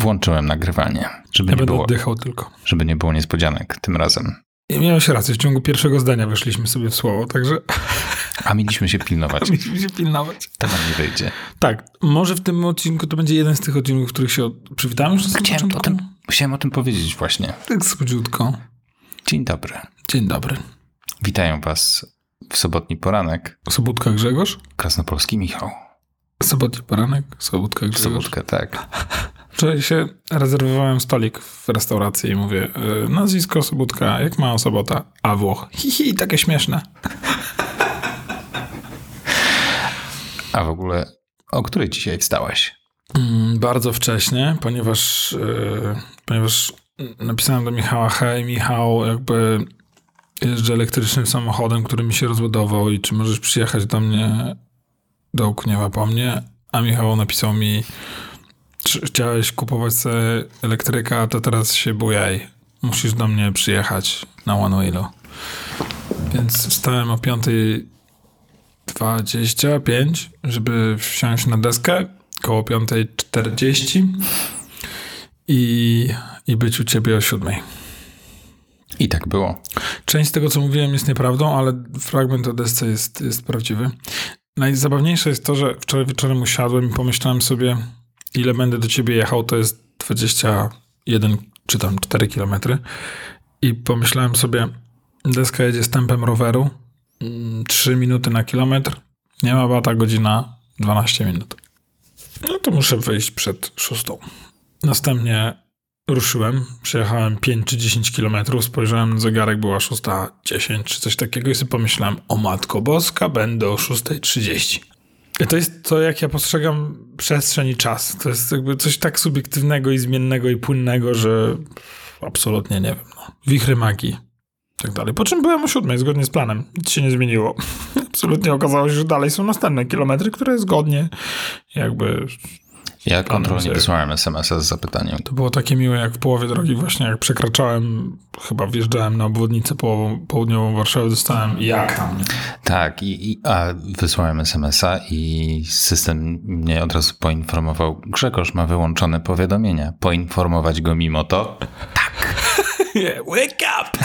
Włączyłem nagrywanie, Ja będę oddychał tylko. Żeby nie było niespodzianek tym razem. I miałeś rację, w ciągu pierwszego zdania weszliśmy sobie w słowo, także... A mieliśmy się pilnować. To nam nie wyjdzie. Tak, może w tym odcinku to będzie jeden z tych odcinków, w których się przywitamy już na początku. Chciałem o tym powiedzieć właśnie. Tak słodziutko. Dzień dobry. Dzień dobry. Witają was w sobotni poranek. Sobótka Grzegorz. Krasnopolski Michał. Sobotni poranek, Sobótka Grzegorz. Sobótka, tak. Wczoraj się rezerwowałem stolik w restauracji i mówię, nazwisko Sobótka, jak ma sobota? A Włoch. Hihi, takie śmieszne. A w ogóle, o której dzisiaj wstałeś? Bardzo wcześnie, ponieważ napisałem do Michała, hej Michał, jakby jeżdżę elektrycznym samochodem, który mi się rozładował i czy możesz przyjechać do mnie, do Okniewa po mnie? A Michał napisał mi, czy chciałeś kupować sobie elektryka, to teraz się bujaj. Musisz do mnie przyjechać na One Wheelu. Więc wstałem o 5:25, żeby wsiąść na deskę koło 5:40 i być u ciebie o 7:00. I tak było. Część z tego, co mówiłem, jest nieprawdą, ale fragment o desce jest prawdziwy. Najzabawniejsze jest to, że wczoraj wieczorem usiadłem i pomyślałem sobie, ile będę do ciebie jechał, to jest 21 czy tam 4 kilometry. I pomyślałem sobie, deska jedzie z tempem roweru, 3 minuty na kilometr, nie ma bata, godzina 12 minut. No to muszę wyjść przed 6:00. Następnie ruszyłem, przejechałem 5 czy 10 kilometrów, spojrzałem na zegarek, była 6:10 czy coś takiego i sobie pomyślałem, o Matko Boska, będę o 6:30. I to jest to, jak ja postrzegam przestrzeń i czas. To jest jakby coś tak subiektywnego i zmiennego i płynnego, że absolutnie nie wiem. No. Wichry magii i tak dalej. Po czym byłem o 7:00 zgodnie z planem. Nic się nie zmieniło. Absolutnie okazało się, że dalej są następne kilometry, które zgodnie jakby... Ja kontrolnie wysłałem SMS-a z zapytaniem. To było takie miłe, jak w połowie drogi właśnie, jak przekraczałem, chyba wjeżdżałem na obwodnicę południową Warszawy, dostałem jak tam. Tak, a wysłałem SMS-a i system mnie od razu poinformował, Grzegorz ma wyłączone powiadomienia. Poinformować go mimo to? Tak. Wake up!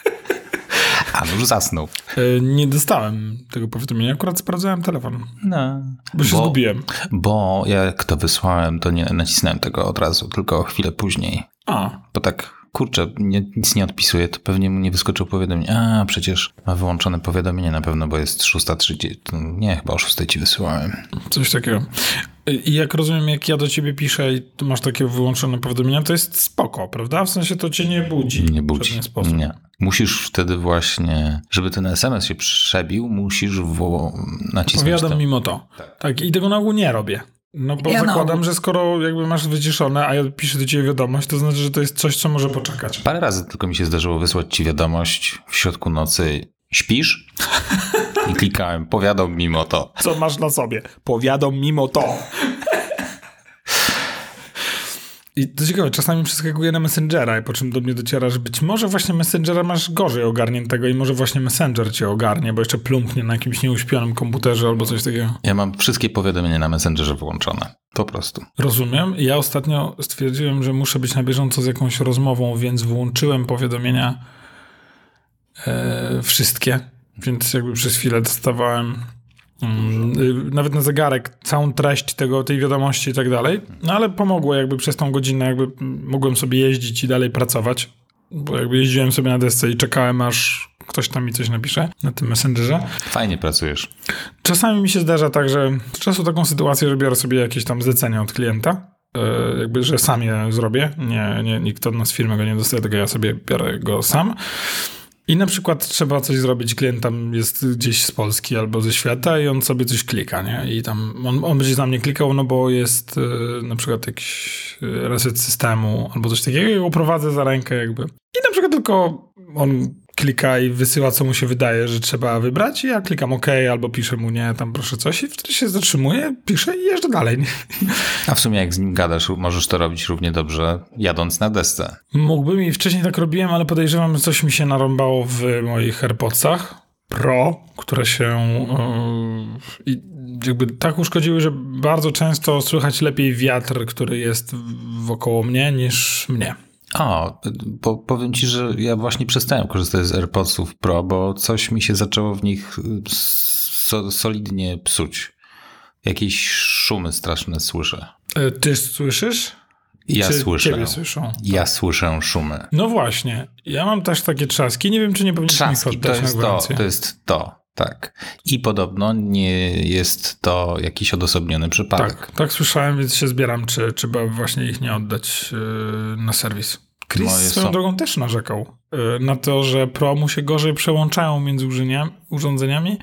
A już zasnął. Nie dostałem tego powiadomienia, akurat sprawdzałem telefon. No. Bo się zgubiłem. Bo jak to wysłałem, to nie nacisnąłem tego od razu, tylko chwilę później. Bo tak, kurczę, nic nie odpisuje, to pewnie mu nie wyskoczyło powiadomienie. A, przecież ma wyłączone powiadomienie na pewno, bo jest 6:30. Nie, chyba o 6:00 ci wysyłałem. Coś takiego. I jak rozumiem, jak ja do ciebie piszę i tu masz takie wyłączone powiadomienia, to jest spoko, prawda? W sensie to cię nie budzi. Nie budzi. Nie. Musisz wtedy właśnie, żeby ten SMS się przebił, musisz nacisnąć Powiadam mimo to. Tak. I tego na ogół nie robię. No bo zakładam, że skoro jakby masz wyciszone, a ja piszę do ciebie wiadomość, to znaczy, że to jest coś, co może poczekać. Parę razy tylko mi się zdarzyło wysłać ci wiadomość w środku nocy. Śpisz? I klikałem, powiadom mimo to. Co masz na sobie? Powiadom mimo to. I to ciekawe, czasami przeskakuję na Messengera, po czym do mnie dociera, że być może właśnie Messengera masz gorzej ogarniętego i może właśnie Messenger cię ogarnie, bo jeszcze plumpnie na jakimś nieuśpionym komputerze albo coś takiego. Ja mam wszystkie powiadomienia na Messengerze wyłączone. Po prostu. Rozumiem. Ja ostatnio stwierdziłem, że muszę być na bieżąco z jakąś rozmową, więc włączyłem powiadomienia wszystkie. Więc jakby przez chwilę dostawałem nawet na zegarek całą treść tej wiadomości i tak dalej. No ale pomogło jakby przez tą godzinę, jakby mogłem sobie jeździć i dalej pracować, bo jakby jeździłem sobie na desce i czekałem, aż ktoś tam mi coś napisze na tym Messengerze. Fajnie pracujesz. Czasami mi się zdarza tak, że z czasu taką sytuację, że biorę sobie jakieś tam zlecenia od klienta, jakby, że sam je zrobię. Nie, nikt od nas z firmy go nie dostaje, tylko ja sobie biorę go sam. I na przykład trzeba coś zrobić, klient tam jest gdzieś z Polski albo ze świata i on sobie coś klika, nie? I tam on będzie za mnie klikał, no bo jest na przykład jakiś reset systemu albo coś takiego i go prowadzę za rękę jakby. I na przykład tylko on klika i wysyła, co mu się wydaje, że trzeba wybrać i ja klikam OK albo piszę mu nie, tam proszę coś i wtedy się zatrzymuję, piszę i jeżdżę dalej. A w sumie jak z nim gadasz, możesz to robić równie dobrze jadąc na desce. Mógłbym i wcześniej tak robiłem, ale podejrzewam, że coś mi się narąbało w moich AirPodsach Pro, które się jakby tak uszkodziły, że bardzo często słychać lepiej wiatr, który jest wokoło mnie, niż mnie. Powiem ci, że ja właśnie przestałem korzystać z AirPodsów Pro, bo coś mi się zaczęło w nich solidnie psuć. Jakieś szumy straszne słyszę. Ty słyszysz? Ja słyszę. Ciebie słyszą? Ja słyszę szumy. No właśnie. Ja mam też takie trzaski. Nie wiem, czy nie powinniśmy ich oddać na gwarancję. To jest to, tak. I podobno nie jest to jakiś odosobniony przypadek. Tak słyszałem, więc się zbieram, czy właśnie ich nie oddać na serwis. Chris swoją drogą też narzekał na to, że Pro mu się gorzej przełączają między urządzeniami,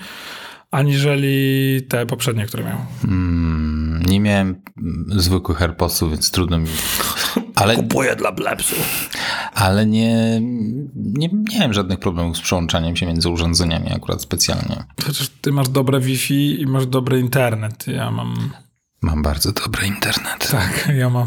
aniżeli te poprzednie, które miał. Nie miałem zwykłych AirPodsów, więc trudno mi... Kupuję dla plebsów. Ale nie miałem żadnych problemów z przełączaniem się między urządzeniami akurat specjalnie. Chociaż ty masz dobre Wi-Fi i masz dobry internet. Ja mam... Mam bardzo dobry internet. Tak, ja mam...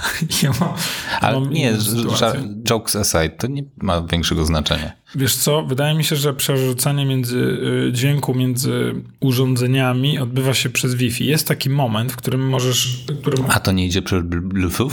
Ale nie, jokes aside, to nie ma większego znaczenia. Wiesz co, wydaje mi się, że przerzucanie dźwięku między urządzeniami odbywa się przez Wi-Fi. Jest taki moment, w którym możesz... A to nie idzie przez Bluetooth?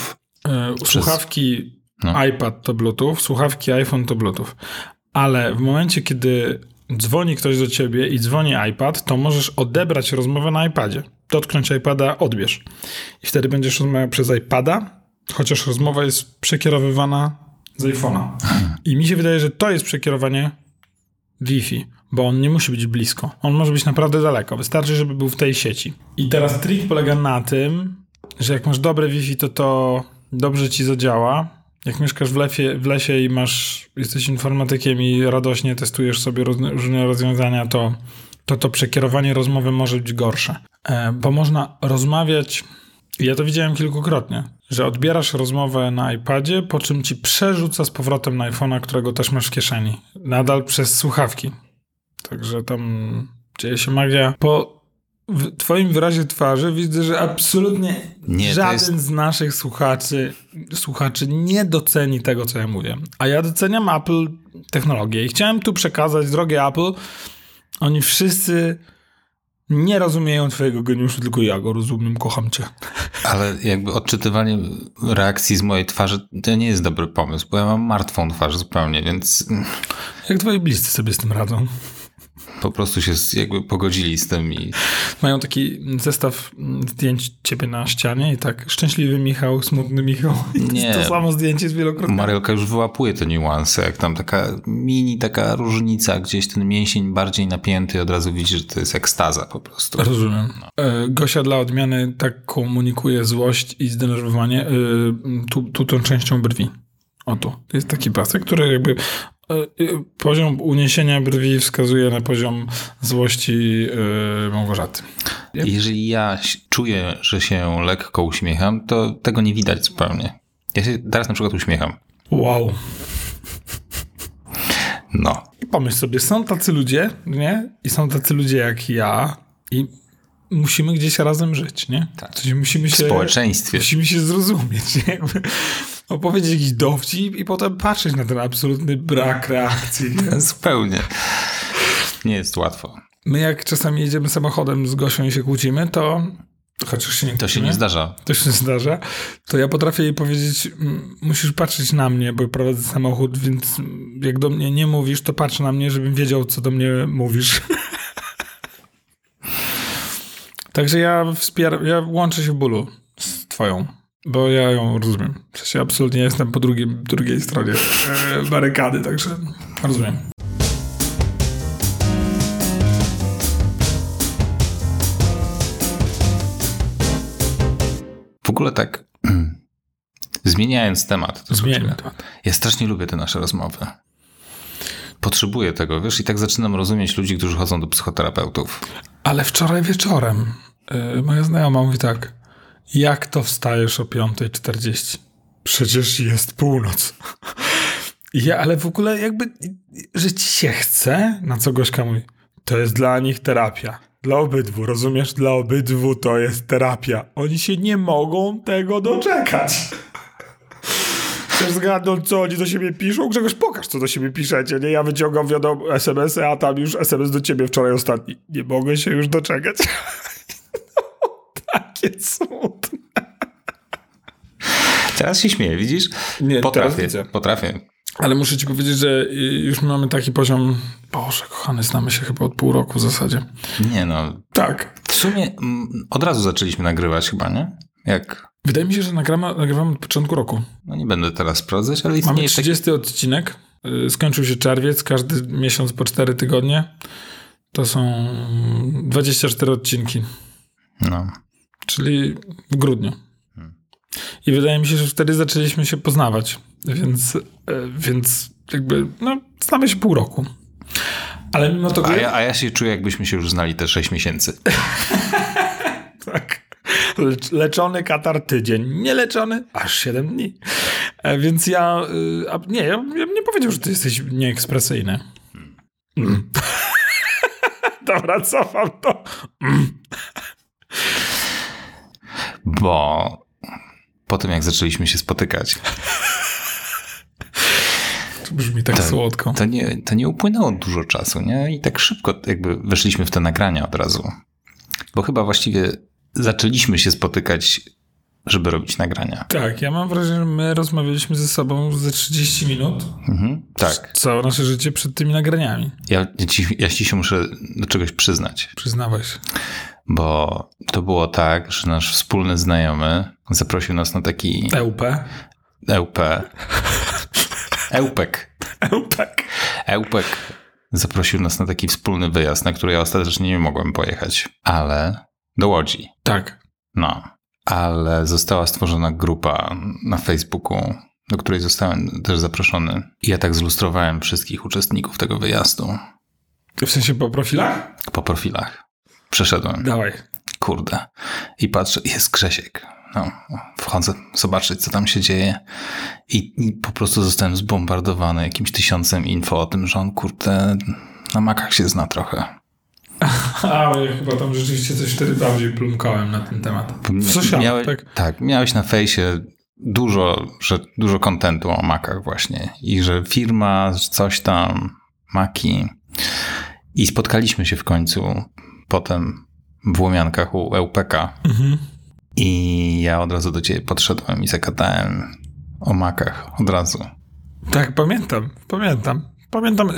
Słuchawki iPad to Bluetooth, słuchawki iPhone to Bluetooth. Ale w momencie, kiedy dzwoni ktoś do ciebie i dzwoni iPad, to możesz odebrać rozmowę na iPadzie. Dotknąć iPada, odbierz. I wtedy będziesz rozmawiał przez iPada, chociaż rozmowa jest przekierowywana z iPhone'a. I mi się wydaje, że to jest przekierowanie Wi-Fi, bo on nie musi być blisko. On może być naprawdę daleko. Wystarczy, żeby był w tej sieci. I teraz trik polega na tym, że jak masz dobre Wi-Fi, to dobrze ci zadziała. Jak mieszkasz w lesie i jesteś informatykiem i radośnie testujesz sobie różne rozwiązania, to przekierowanie rozmowy może być gorsze. Bo można rozmawiać, ja to widziałem kilkukrotnie, że odbierasz rozmowę na iPadzie, po czym ci przerzuca z powrotem na iPhone'a, którego też masz w kieszeni. Nadal przez słuchawki. Także tam dzieje się magia. Po twoim wyrazie twarzy widzę, że absolutnie żaden z naszych słuchaczy nie doceni tego, co ja mówię. A ja doceniam Apple technologię i chciałem tu przekazać, drogie Apple, oni wszyscy nie rozumieją twojego geniuszu, tylko ja go rozumiem, kocham cię. Ale jakby odczytywanie reakcji z mojej twarzy to nie jest dobry pomysł, bo ja mam martwą twarz zupełnie, więc... Jak twoi bliscy sobie z tym radzą? Po prostu się jakby pogodzili z tym i... Mają taki zestaw zdjęć ciebie na ścianie i tak szczęśliwy Michał, smutny Michał. Nie. To samo zdjęcie jest wielokrotnie. Mariolka już wyłapuje te niuanse, jak tam taka różnica, gdzieś ten mięsień bardziej napięty, od razu widzi, że to jest ekstaza po prostu. Rozumiem. Gosia dla odmiany tak komunikuje złość i zdenerwowanie tą częścią brwi. To jest taki pasek, który jakby poziom uniesienia brwi wskazuje na poziom złości Małgorzaty. Jeżeli ja czuję, że się lekko uśmiecham, to tego nie widać zupełnie. Ja się teraz na przykład uśmiecham. Wow. No. I pomyśl sobie, są tacy ludzie, nie? I są tacy ludzie jak ja i musimy gdzieś razem żyć, nie? Tak. Musimy się, w społeczeństwie. Musimy się zrozumieć, nie? Jakby opowiedzieć jakiś dowcip i potem patrzeć na ten absolutny brak reakcji. Nie? Zupełnie. Nie jest łatwo. My jak czasami jedziemy samochodem z Gosią i się kłócimy, to chociaż się nie kłócimy, to się nie zdarza. To się zdarza. To ja potrafię jej powiedzieć, musisz patrzeć na mnie, bo prowadzę samochód, więc jak do mnie nie mówisz, to patrz na mnie, żebym wiedział, co do mnie mówisz. Także ja łączę się w bólu z twoją, bo ja ją rozumiem. W sensie absolutnie jestem po drugiej stronie barykady, także rozumiem. W ogóle tak zmieniając temat. Ja strasznie lubię te nasze rozmowy. Potrzebuję tego, wiesz, i tak zaczynam rozumieć ludzi, którzy chodzą do psychoterapeutów. Ale wczoraj wieczorem moja znajoma mówi tak, jak to wstajesz o 5:40? Przecież jest północ. Ale w ogóle jakby, że ci się chce, na co Gośka mówi, to jest dla nich terapia. Dla obydwu, rozumiesz? Dla obydwu to jest terapia. Oni się nie mogą tego doczekać. Chcesz zgadnąć, co oni do siebie piszą? Grzegorz, pokaż, co do siebie piszecie, nie? Ja wyciągam SMS-y, a tam już SMS do ciebie wczoraj ostatni. Nie mogę się już doczekać. Takie smutne. Teraz się śmieję, widzisz? Nie, Potrafię. Ale muszę ci powiedzieć, że już mamy taki poziom... Boże, kochany, znamy się chyba od pół roku w zasadzie. Nie no. Tak. W sumie od razu zaczęliśmy nagrywać chyba, nie? Wydaje mi się, że nagrywamy od początku roku. No nie będę teraz sprawdzać, ale istnieje... Mamy 30 odcinek. Skończył się czerwiec, każdy miesiąc po 4 tygodnie. To są 24 odcinki. No. Czyli w grudniu. I wydaje mi się, że wtedy zaczęliśmy się poznawać. Więc jakby, no, znamy się pół roku. Ale mimo to... A ja się czuję, jakbyśmy się już znali te 6 miesięcy. Tak. Leczony katar tydzień. Nieleczony aż 7 dni. Więc ja nie powiedział, że ty jesteś nieekspresyjny. Dobra, cofam to. Bo po tym, jak zaczęliśmy się spotykać... To brzmi tak słodko. To nie upłynęło dużo czasu, nie? I tak szybko jakby weszliśmy w te nagrania od razu. Bo chyba właściwie zaczęliśmy się spotykać, żeby robić nagrania. Tak, ja mam wrażenie, że my rozmawialiśmy ze sobą ze 30 minut. Tak. Całe nasze życie przed tymi nagraniami. Ja ci się muszę do czegoś przyznać. Przyznawaj się. Bo to było tak, że nasz wspólny znajomy zaprosił nas na taki... Ełpek zaprosił nas na taki wspólny wyjazd, na który ja ostatecznie nie mogłem pojechać. Ale do Łodzi. Tak. No. Ale została stworzona grupa na Facebooku, do której zostałem też zaproszony. I ja tak zlustrowałem wszystkich uczestników tego wyjazdu. W sensie po profilach? Po profilach. Przeszedłem. Dawaj. Kurde. I patrzę, jest Grzesiek. No, wchodzę zobaczyć, co tam się dzieje. I po prostu zostałem zbombardowany jakimś 1000 info o tym, że on, kurde, na Macach się zna trochę. Ale ja chyba tam rzeczywiście coś wtedy bardziej plumkałem na ten temat. W socialach, tak? Tak, miałeś na fejsie dużo kontentu o Macach właśnie. I że firma, coś tam, Maki. I spotkaliśmy się w końcu potem w Łomiankach u Ełpeka. I ja od razu do ciebie podszedłem i zagadałem o Macach. Od razu. Tak, pamiętam.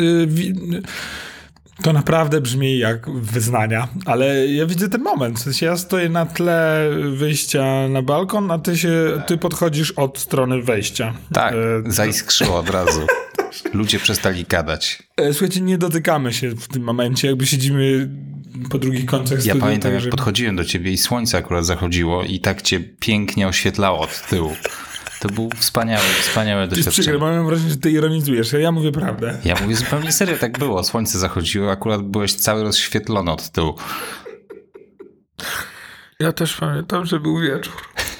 To naprawdę brzmi jak wyznania, ale ja widzę ten moment. W sensie ja stoję na tle wyjścia na balkon, a ty podchodzisz od strony wejścia. Tak, zaiskrzyło od razu. Ludzie przestali gadać. Słuchajcie, nie dotykamy się w tym momencie, jakby siedzimy po drugich końcach studia. Ja pamiętam, jak podchodziłem do ciebie i słońce akurat zachodziło i tak cię pięknie oświetlało od tyłu. To był wspaniałe doświadczenie. Przykre, mam wrażenie, że ty ironizujesz. Ja mówię prawdę. Ja mówię zupełnie serio, tak było. Słońce zachodziło, akurat byłeś cały rozświetlony od tyłu. Ja też pamiętam, że był wieczór.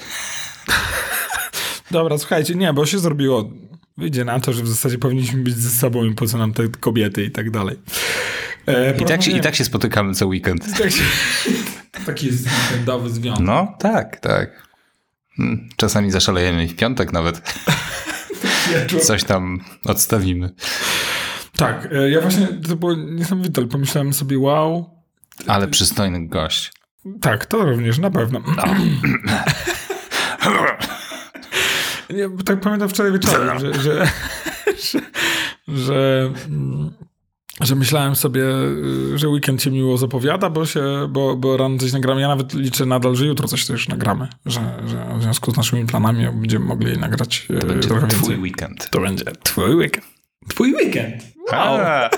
Dobra, słuchajcie, nie, bo się zrobiło... Wyjdzie na to, że w zasadzie powinniśmy być ze sobą i po co nam te kobiety i tak dalej. I tak się spotykamy co weekend. Taki jest weekendowy związek. No, tak. Czasami zaszalejemy w piątek nawet. Coś tam odstawimy. Tak, ja właśnie, to było niesamowite, ale pomyślałem sobie, wow. Ale przystojny gość. Tak, to również, na pewno. Ja tak pamiętam wczoraj wieczorem, że myślałem sobie, że weekend się miło zapowiada, bo rano coś nagramy. Ja nawet liczę nadal, że jutro coś też nagramy. Że w związku z naszymi planami będziemy mogli nagrać to będzie trochę twój więcej. weekend. To będzie twój weekend. Twój weekend. Wow.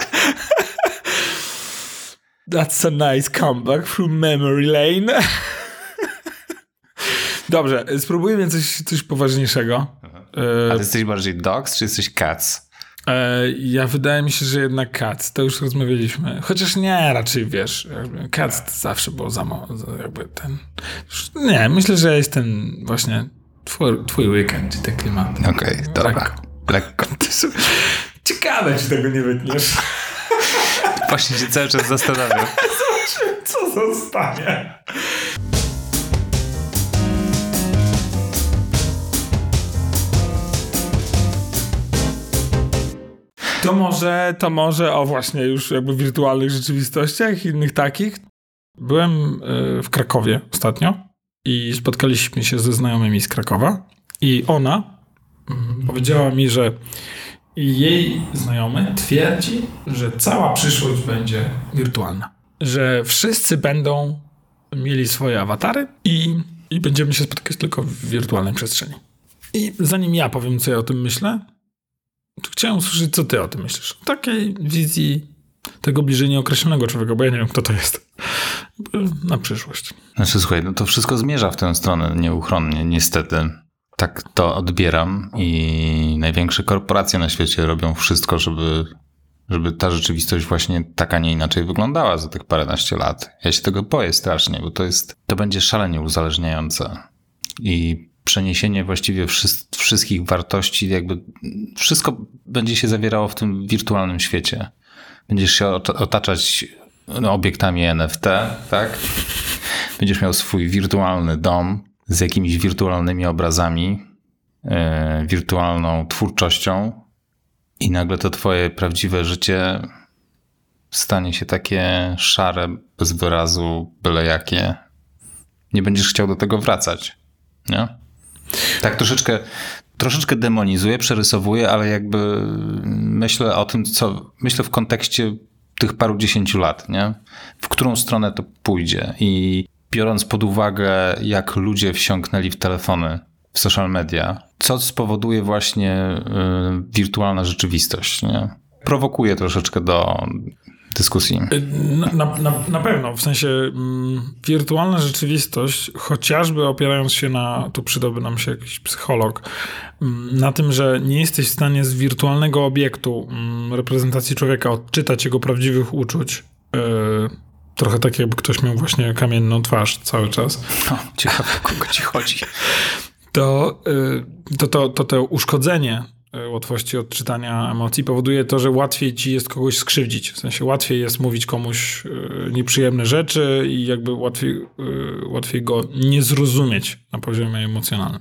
That's a nice comeback from memory lane. Dobrze, spróbujmy coś poważniejszego. A ty jesteś bardziej dogs, czy jesteś cats? Ja wydaje mi się, że jednak cats. To już rozmawialiśmy. Chociaż nie, raczej wiesz. Cats to zawsze było jakby ten... Nie, myślę, że jest ten właśnie twój weekend i te klimaty. Okej, dobra. Lekko. Ciekawe, czy tego nie wytniesz. Właśnie się cały czas zastanawiam. Zobaczymy, co zostanie. To może o właśnie już jakby wirtualnych rzeczywistościach i innych takich. Byłem w Krakowie ostatnio i spotkaliśmy się ze znajomymi z Krakowa i ona powiedziała mi, że jej znajomy twierdzi, że cała przyszłość będzie wirtualna. Że wszyscy będą mieli swoje awatary i będziemy się spotykać tylko w wirtualnej przestrzeni. I zanim ja powiem, co ja o tym myślę, to chciałem usłyszeć, co ty o tym myślisz. O takiej wizji tego bliżej nieokreślonego człowieka, bo ja nie wiem, kto to jest. Na przyszłość. Znaczy, słuchaj, no to wszystko zmierza w tę stronę nieuchronnie, niestety. Tak to odbieram i największe korporacje na świecie robią wszystko, żeby ta rzeczywistość właśnie tak, a nie inaczej wyglądała za tych paręnaście lat. Ja się tego boję strasznie, bo to będzie szalenie uzależniające. I przeniesienie właściwie wszystkich wartości, jakby wszystko będzie się zawierało w tym wirtualnym świecie. Będziesz się otaczać obiektami NFT, tak? Będziesz miał swój wirtualny dom z jakimiś wirtualnymi obrazami, wirtualną twórczością i nagle to twoje prawdziwe życie stanie się takie szare, bez wyrazu, byle jakie. Nie będziesz chciał do tego wracać, nie? Tak troszeczkę demonizuję, przerysowuję, ale jakby myślę o tym, myślę w kontekście tych paru dziesięciu lat, nie? W którą stronę to pójdzie i biorąc pod uwagę, jak ludzie wsiąknęli w telefony, w social media, co spowoduje właśnie wirtualna rzeczywistość, nie? Prowokuje troszeczkę do dyskusji. Na pewno, w sensie wirtualna rzeczywistość, chociażby opierając się na, tu przydałby nam się jakiś psycholog, na tym, że nie jesteś w stanie z wirtualnego obiektu reprezentacji człowieka odczytać jego prawdziwych uczuć, trochę tak jakby ktoś miał właśnie kamienną twarz cały czas. Ciekawe, o kogo ci chodzi. To uszkodzenie łatwości odczytania emocji powoduje to, że łatwiej ci jest kogoś skrzywdzić. W sensie łatwiej jest mówić komuś nieprzyjemne rzeczy i jakby łatwiej go nie zrozumieć na poziomie emocjonalnym.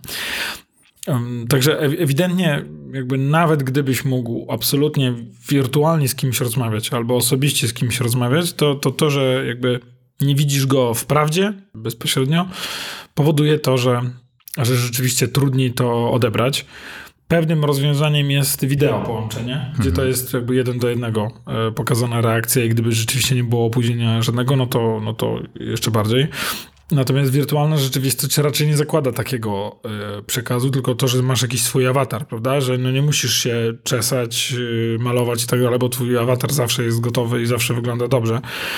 Także ewidentnie jakby nawet gdybyś mógł absolutnie wirtualnie z kimś rozmawiać albo osobiście z kimś rozmawiać, to że jakby nie widzisz go w prawdzie bezpośrednio, powoduje to, że rzeczywiście trudniej to odebrać. Pewnym rozwiązaniem jest wideo połączenie, gdzie to jest jakby 1:1 pokazana reakcja i gdyby rzeczywiście nie było opóźnienia żadnego, no to jeszcze bardziej. Natomiast wirtualna rzeczywistość raczej nie zakłada takiego przekazu, tylko to, że masz jakiś swój awatar, prawda? Że no nie musisz się czesać, malować i tak dalej, bo twój awatar zawsze jest gotowy i zawsze wygląda dobrze.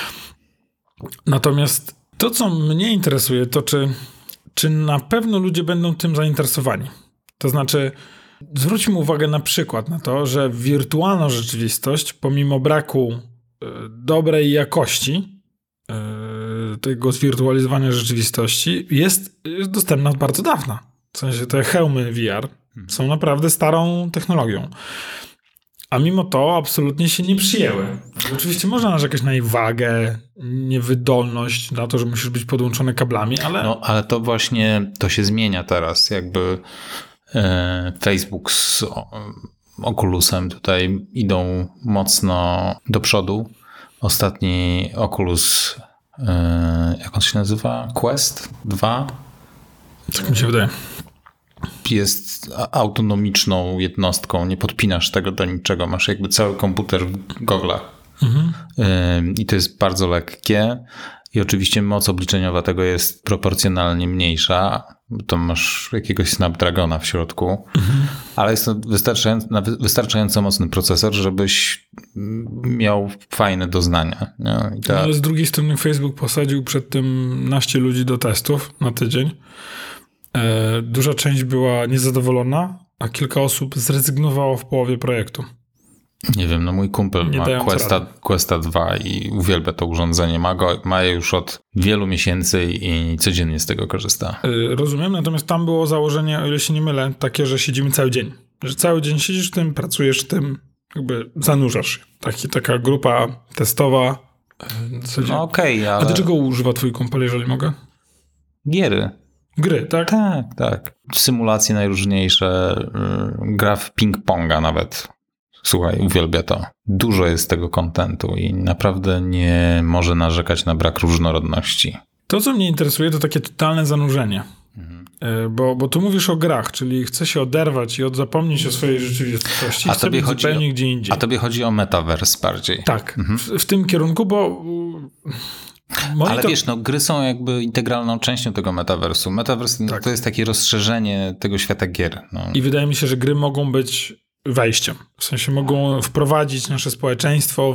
Natomiast to, co mnie interesuje, to czy na pewno ludzie będą tym zainteresowani. To znaczy, zwróćmy uwagę na przykład na to, że wirtualna rzeczywistość, pomimo braku dobrej jakości tego zwirtualizowania rzeczywistości, jest dostępna od bardzo dawna. W sensie te hełmy VR są naprawdę starą technologią. A mimo to absolutnie się nie przyjęły. Oczywiście można narzekać na jej wagę, niewydolność, na to, że musisz być podłączony kablami, ale... No, ale to właśnie, to się zmienia teraz. Jakby Facebook z Oculusem tutaj idą mocno do przodu. Ostatni Oculus, jak on się nazywa? Quest 2? Tak mi się wydaje. Jest autonomiczną jednostką, nie podpinasz tego do niczego, masz jakby cały komputer w goglach. I to jest bardzo lekkie i oczywiście moc obliczeniowa tego jest proporcjonalnie mniejsza, to masz jakiegoś Snapdragona w środku, ale jest to wystarczająco mocny procesor, żebyś miał fajne doznania. Nie? Ale z drugiej strony Facebook posadził przed tym naście ludzi do testów na tydzień. Duża część była niezadowolona, a kilka osób zrezygnowało w połowie projektu. Nie wiem, no mój kumpel ma Questa 2 i uwielbia to urządzenie. Ma je już od wielu miesięcy i codziennie z tego korzysta. Rozumiem, natomiast tam było założenie, o ile się nie mylę, takie, że siedzimy cały dzień. Że cały dzień siedzisz w tym, pracujesz w tym, jakby zanurzasz się. Taka grupa testowa. No okej, ale... A do czego używa twój kumpel, jeżeli mogę? Gry, tak? Tak. Symulacje najróżniejsze, gra w ping-ponga nawet Słuchaj, uwielbia to. Dużo jest tego kontentu i naprawdę nie może narzekać na brak różnorodności. To, co mnie interesuje, to takie totalne zanurzenie. Bo tu mówisz o grach, czyli chce się oderwać i zapomnieć o swojej rzeczywistości. Chce być zupełnie gdzie indziej. A tobie chodzi o metaverse bardziej. Tak, w tym kierunku, bo... Ale wiesz, gry są jakby integralną częścią tego metaversu. Metaverse to jest takie rozszerzenie tego świata gier. I wydaje mi się, że gry mogą być wejściem. W sensie mogą wprowadzić nasze społeczeństwo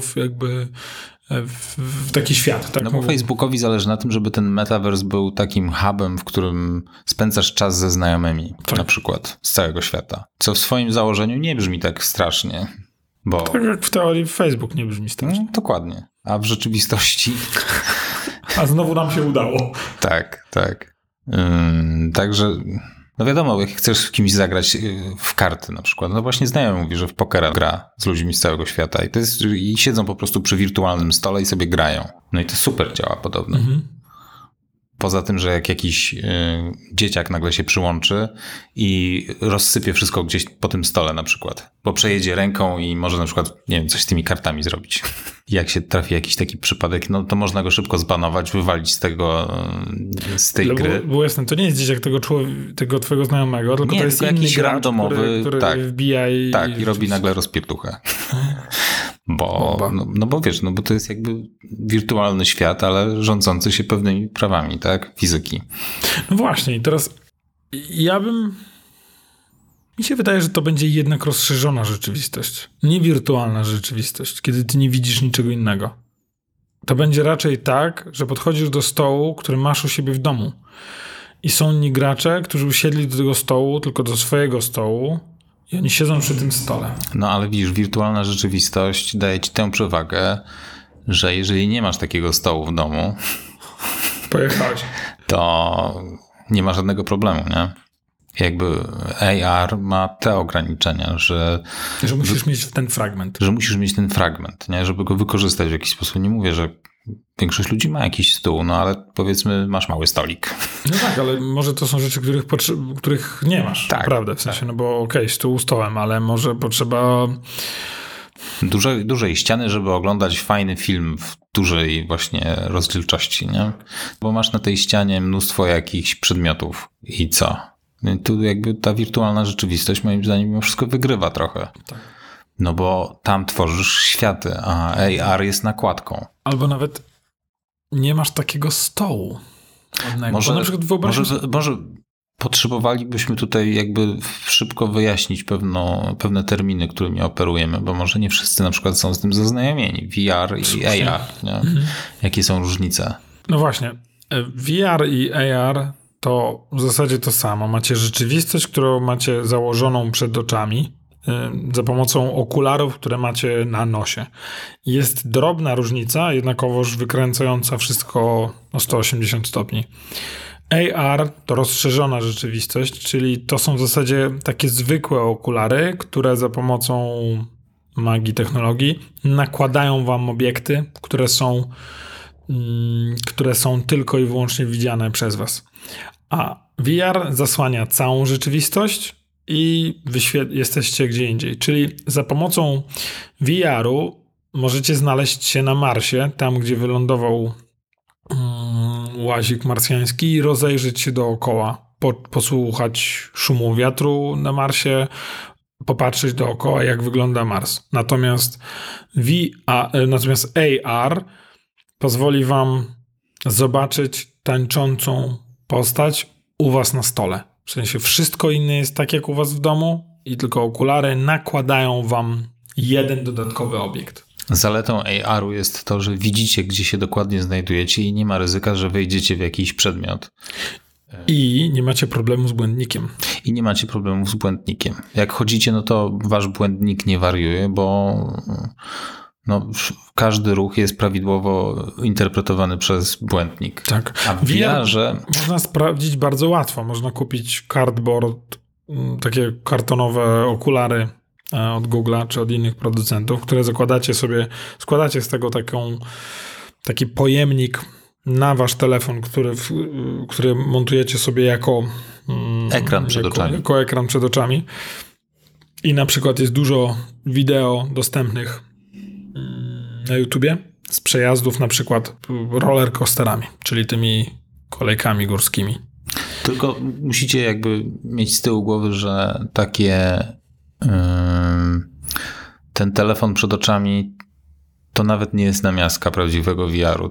w taki świat. Tak? Bo Facebookowi zależy na tym, żeby ten metaverse był takim hubem, w którym spędzasz czas ze znajomymi, na przykład z całego świata. Co w swoim założeniu nie brzmi tak strasznie. Bo... Tak jak w teorii Facebook nie brzmi strasznie. Dokładnie. A w rzeczywistości... A znowu nam się udało. Tak. Także... wiadomo, jak chcesz z kimś zagrać w karty na przykład, właśnie znajomy mówi, że w pokera gra z ludźmi z całego świata i siedzą po prostu przy wirtualnym stole i sobie grają. No i to super działa podobno. Poza tym, że jak jakiś dzieciak nagle się przyłączy i rozsypie wszystko gdzieś po tym stole na przykład, bo przejedzie ręką i może na przykład, nie wiem, coś z tymi kartami zrobić. I jak się trafi jakiś taki przypadek, to można go szybko zbanować, wywalić z tej gry. Było jasne, to nie jest dzieciak tego twojego znajomego, tylko to jest jakiś gracz, randomowy, który wbija i robi nagle rozpierduchę. Bo wiesz, bo to jest jakby wirtualny świat, ale rządzący się pewnymi prawami, tak? Fizyki. No właśnie, i teraz mi się wydaje, że to będzie jednak rozszerzona rzeczywistość. Nie wirtualna rzeczywistość, kiedy ty nie widzisz niczego innego. To będzie raczej tak, że podchodzisz do stołu, który masz u siebie w domu. I są inni gracze, którzy usiedli do tego stołu, tylko do swojego stołu, i oni siedzą przy tym stole. No ale widzisz, wirtualna rzeczywistość daje ci tę przewagę, że jeżeli nie masz takiego stołu w domu, pojechałeś, to nie ma żadnego problemu, nie? Jakby AR ma te ograniczenia, że musisz mieć ten fragment. Że musisz mieć ten fragment, nie? Żeby go wykorzystać w jakiś sposób. Nie mówię, że większość ludzi ma jakiś stół, ale powiedzmy masz mały stolik. No tak, ale może to są rzeczy, których nie masz, naprawdę. W sensie, bo stół stołem, ale może potrzeba... Dużej ściany, żeby oglądać fajny film w dużej właśnie rozdzielczości, nie? Bo masz na tej ścianie mnóstwo jakichś przedmiotów i co? Tu jakby ta wirtualna rzeczywistość moim zdaniem mimo wszystko wygrywa trochę. Tak. No bo tam tworzysz światy, a AR jest nakładką. Albo nawet nie masz takiego stołu. Może, na przykład może potrzebowalibyśmy tutaj jakby szybko wyjaśnić pewne terminy, którymi operujemy, bo może nie wszyscy na przykład są z tym zaznajomieni. VR i AR. Nie? Jakie są różnice? No właśnie. VR i AR to w zasadzie to samo. Macie rzeczywistość, którą macie założoną przed oczami za pomocą okularów, które macie na nosie. Jest drobna różnica, jednakowoż wykręcająca wszystko o 180 stopni. AR to rozszerzona rzeczywistość, czyli to są w zasadzie takie zwykłe okulary, które za pomocą magii technologii nakładają wam obiekty, które są tylko i wyłącznie widziane przez was. A VR zasłania całą rzeczywistość i jesteście gdzie indziej. Czyli za pomocą VR-u możecie znaleźć się na Marsie, tam gdzie wylądował łazik marsjański, i rozejrzeć się dookoła, posłuchać szumu wiatru na Marsie, popatrzeć dookoła, jak wygląda Mars. Natomiast AR pozwoli wam zobaczyć tańczącą postać u was na stole. W sensie wszystko inne jest tak jak u was w domu i tylko okulary nakładają wam jeden dodatkowy obiekt. Zaletą AR-u jest to, że widzicie, gdzie się dokładnie znajdujecie i nie ma ryzyka, że wejdziecie w jakiś przedmiot. I nie macie problemu z błędnikiem. Jak chodzicie, no to wasz błędnik nie wariuje, bo każdy ruch jest prawidłowo interpretowany przez błędnik. Tak. A w VR-ze... Można sprawdzić bardzo łatwo. Można kupić cardboard, takie kartonowe okulary od Google'a czy od innych producentów, które składacie z tego taki pojemnik na wasz telefon, który montujecie sobie jako ekran przed oczami. Jako ekran przed oczami. I na przykład jest dużo wideo dostępnych na YouTubie z przejazdów na przykład rollercoasterami, czyli tymi kolejkami górskimi. Tylko musicie jakby mieć z tyłu głowy, że takie ten telefon przed oczami to nawet nie jest namiastka prawdziwego VR-u.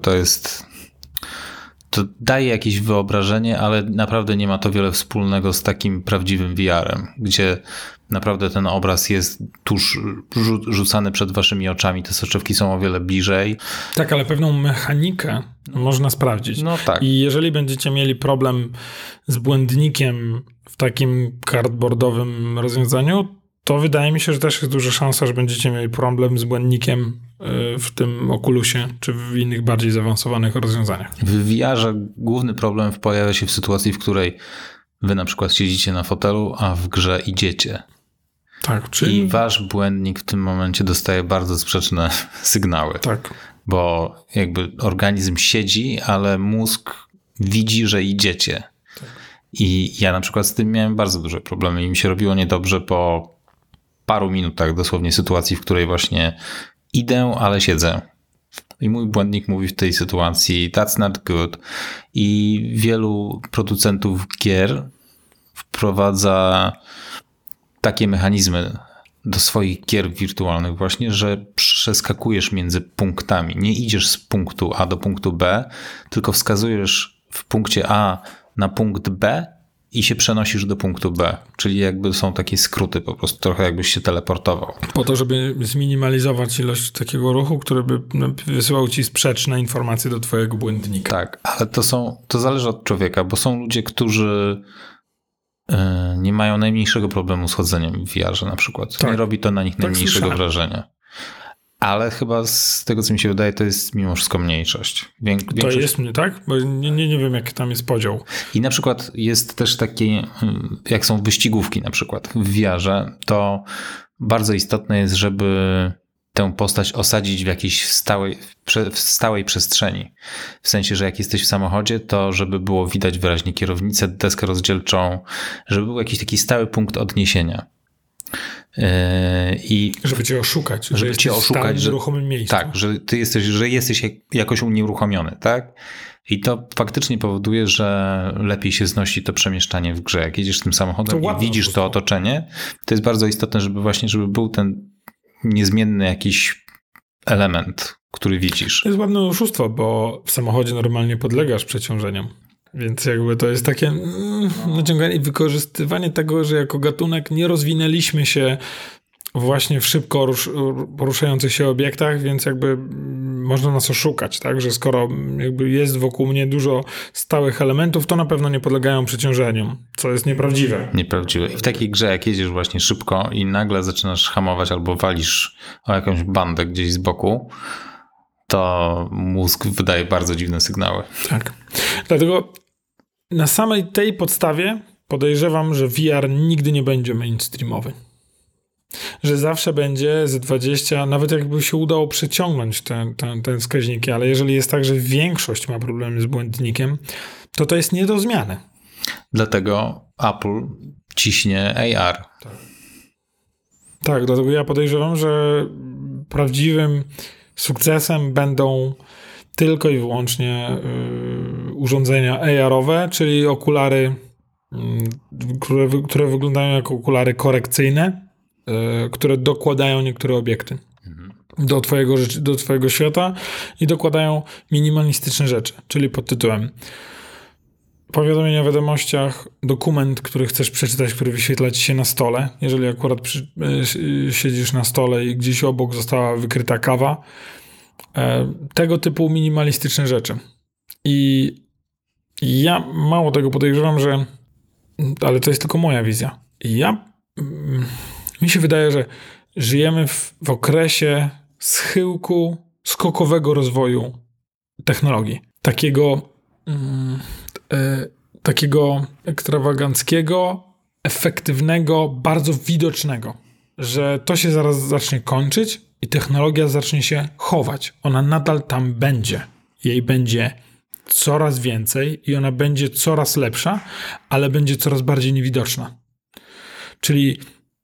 To daje jakieś wyobrażenie, ale naprawdę nie ma to wiele wspólnego z takim prawdziwym VR-em, gdzie naprawdę ten obraz jest tuż rzucany przed waszymi oczami, te soczewki są o wiele bliżej. Tak, ale pewną mechanikę można sprawdzić. No tak. I jeżeli będziecie mieli problem z błędnikiem w takim cardboardowym rozwiązaniu, to wydaje mi się, że też jest duża szansa, że będziecie mieli problem z błędnikiem w tym Oculusie, czy w innych bardziej zaawansowanych rozwiązaniach. W VR-ze główny problem pojawia się w sytuacji, w której wy na przykład siedzicie na fotelu, a w grze idziecie. Tak, czyli... I wasz błędnik w tym momencie dostaje bardzo sprzeczne sygnały. Tak. Bo jakby organizm siedzi, ale mózg widzi, że idziecie. Tak. I ja na przykład z tym miałem bardzo duże problemy i mi się robiło niedobrze po paru minutach dosłownie sytuacji, w której właśnie idę, ale siedzę. I mój błędnik mówi w tej sytuacji that's not good. I wielu producentów gier wprowadza takie mechanizmy do swoich gier wirtualnych właśnie, że przeskakujesz między punktami. Nie idziesz z punktu A do punktu B, tylko wskazujesz w punkcie A na punkt B i się przenosisz do punktu B. Czyli jakby są takie skróty, po prostu trochę jakbyś się teleportował. Po to, żeby zminimalizować ilość takiego ruchu, który by wysyłał ci sprzeczne informacje do twojego błędnika. Tak, ale to zależy od człowieka, bo są ludzie, którzy nie mają najmniejszego problemu z chodzeniem w VR-ze na przykład. Tak. Nie robi to na nich najmniejszego wrażenia. Ale chyba z tego, co mi się wydaje, to jest mimo wszystko mniejszość. To jest, tak? Bo nie wiem, jaki tam jest podział. I na przykład jest też takie, jak są wyścigówki na przykład w VR-ze, to bardzo istotne jest, żeby tę postać osadzić w jakiejś stałej przestrzeni. W sensie, że jak jesteś w samochodzie, to żeby było widać wyraźnie kierownicę, deskę rozdzielczą, żeby był jakiś taki stały punkt odniesienia. I żeby cię oszukać, żeby cię oszukać, w nieruchomym miejscu. Tak, że jesteś jakoś unieruchomiony, tak? I to faktycznie powoduje, że lepiej się znosi to przemieszczanie w grze. Jak jedziesz tym samochodem i widzisz to otoczenie, to jest bardzo istotne, żeby był ten niezmienny jakiś element, który widzisz. To jest ładne oszustwo, bo w samochodzie normalnie podlegasz przeciążeniom. Więc jakby to jest takie naciąganie i wykorzystywanie tego, że jako gatunek nie rozwinęliśmy się właśnie w szybko poruszających się obiektach, więc jakby można nas oszukać, tak? Że skoro jakby jest wokół mnie dużo stałych elementów, to na pewno nie podlegają przeciążeniom, co jest nieprawdziwe. Nieprawdziwe. I w takiej grze, jak jedziesz właśnie szybko i nagle zaczynasz hamować albo walisz o jakąś bandę gdzieś z boku, to mózg wydaje bardzo dziwne sygnały. Tak. Dlatego na samej tej podstawie podejrzewam, że VR nigdy nie będzie mainstreamowy. Że zawsze będzie z 20, nawet jakby się udało przeciągnąć ten wskaźniki, ale jeżeli jest tak, że większość ma problemy z błędnikiem, to jest nie do zmiany. Dlatego Apple ciśnie AR. Tak, dlatego ja podejrzewam, że prawdziwym sukcesem będą tylko i wyłącznie urządzenia AR-owe, czyli okulary, które wyglądają jako okulary korekcyjne, które dokładają niektóre obiekty do twojego świata i dokładają minimalistyczne rzeczy, czyli pod tytułem powiadomienia o wiadomościach, dokument, który chcesz przeczytać, który wyświetla ci się na stole. Jeżeli akurat siedzisz na stole i gdzieś obok została wykryta kawa. Tego typu minimalistyczne rzeczy. I ja mało tego podejrzewam, ale to jest tylko moja wizja. Mi się wydaje, że żyjemy w okresie schyłku, skokowego rozwoju technologii. Takiego ekstrawaganckiego, efektywnego, bardzo widocznego, że to się zaraz zacznie kończyć i technologia zacznie się chować. Ona nadal tam będzie. Jej będzie coraz więcej i ona będzie coraz lepsza, ale będzie coraz bardziej niewidoczna. Czyli